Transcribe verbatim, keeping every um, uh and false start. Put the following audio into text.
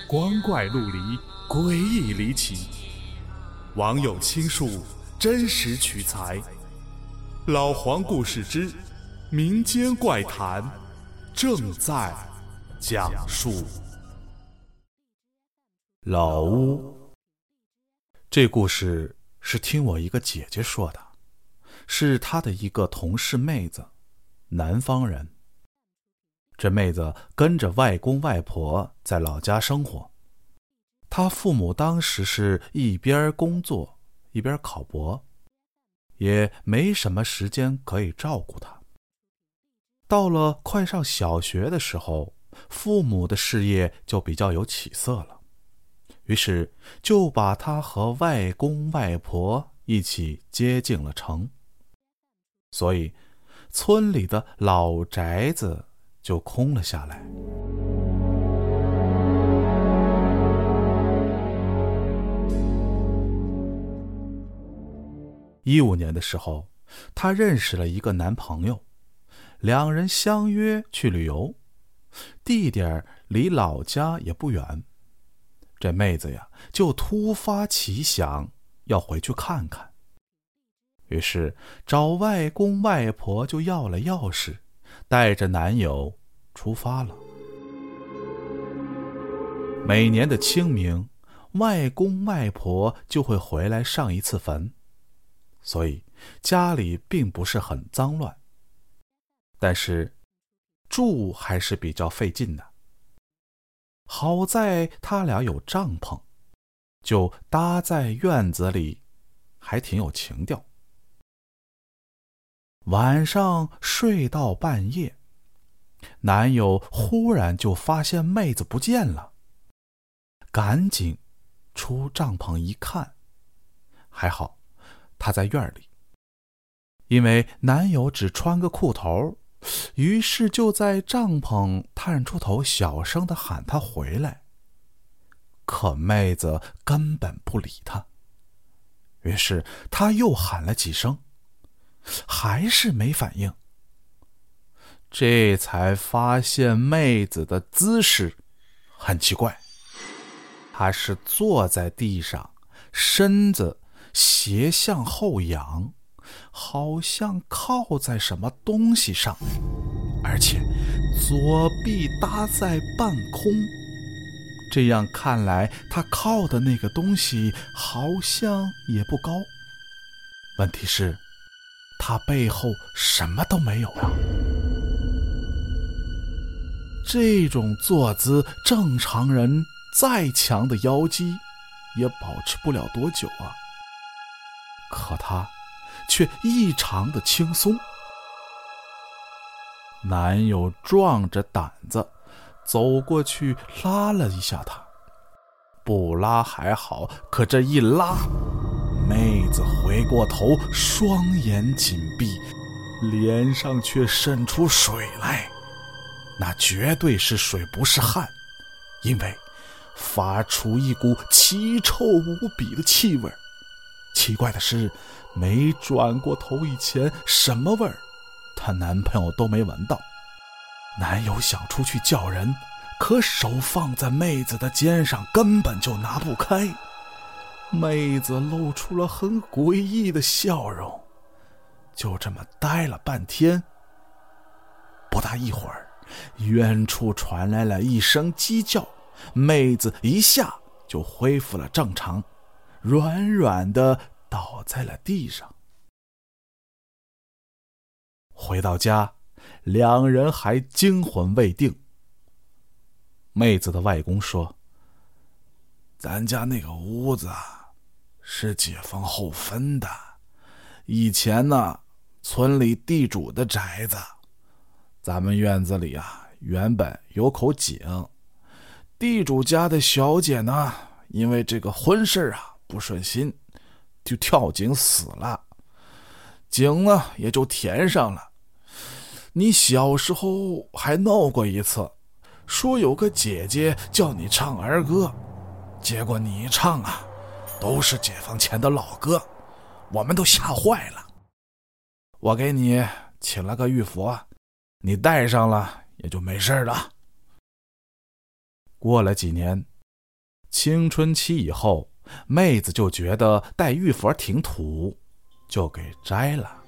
光怪陆离，诡异离奇。网友倾述，真实取材。老黄故事之民间怪谈正在讲述。老屋，这故事是听我一个姐姐说的，是她的一个同事妹子，南方人。这妹子跟着外公外婆在老家生活，她父母当时是一边工作一边考博，也没什么时间可以照顾她。到了快上小学的时候，父母的事业就比较有起色了，于是就把她和外公外婆一起接进了城。所以村里的老宅子就空了下来。一五年的时候，她认识了一个男朋友，两人相约去旅游，地点离老家也不远。这妹子呀，就突发奇想要回去看看，于是找外公外婆就要了钥匙，带着男友出发了。每年的清明，外公外婆就会回来上一次坟，所以家里并不是很脏乱，但是住还是比较费劲的。好在他俩有帐篷，就搭在院子里，还挺有情调。晚上睡到半夜，男友忽然就发现妹子不见了，赶紧出帐篷一看，还好她在院里。因为男友只穿个裤头，于是就在帐篷探出头小声地喊她回来，可妹子根本不理他。于是他又喊了几声，还是没反应。这才发现妹子的姿势很奇怪，她是坐在地上，身子斜向后仰，好像靠在什么东西上，而且左臂搭在半空。这样看来，她靠的那个东西好像也不高。问题是她背后什么都没有啊。这种坐姿，正常人再强的腰肌也保持不了多久啊。可她却异常的轻松。男友壮着胆子走过去拉了一下她，不拉还好，可这一拉，妹子回过头，双眼紧闭，脸上却渗出水来。那绝对是水，不是汗，因为发出一股奇臭无比的气味。奇怪的是，没转过头以前，什么味儿她男朋友都没闻到。男友想出去叫人，可手放在妹子的肩上，根本就拿不开。妹子露出了很诡异的笑容，就这么待了半天。不大一会儿，远处传来了一声鸡叫，妹子一下就恢复了正常，软软的倒在了地上。回到家，两人还惊魂未定。妹子的外公说，咱家那个屋子是解放后分的，以前呢，村里地主的宅子，咱们院子里啊，原本有口井，地主家的小姐呢，因为这个婚事啊不顺心，就跳井死了，井呢也就填上了。你小时候还闹过一次，说有个姐姐叫你唱儿歌，结果你一唱啊，都是解放前的老歌，我们都吓坏了。我给你请了个玉佛，你戴上了也就没事了。过了几年， 青春期以后，妹子就觉得戴玉佛挺土，就给摘了。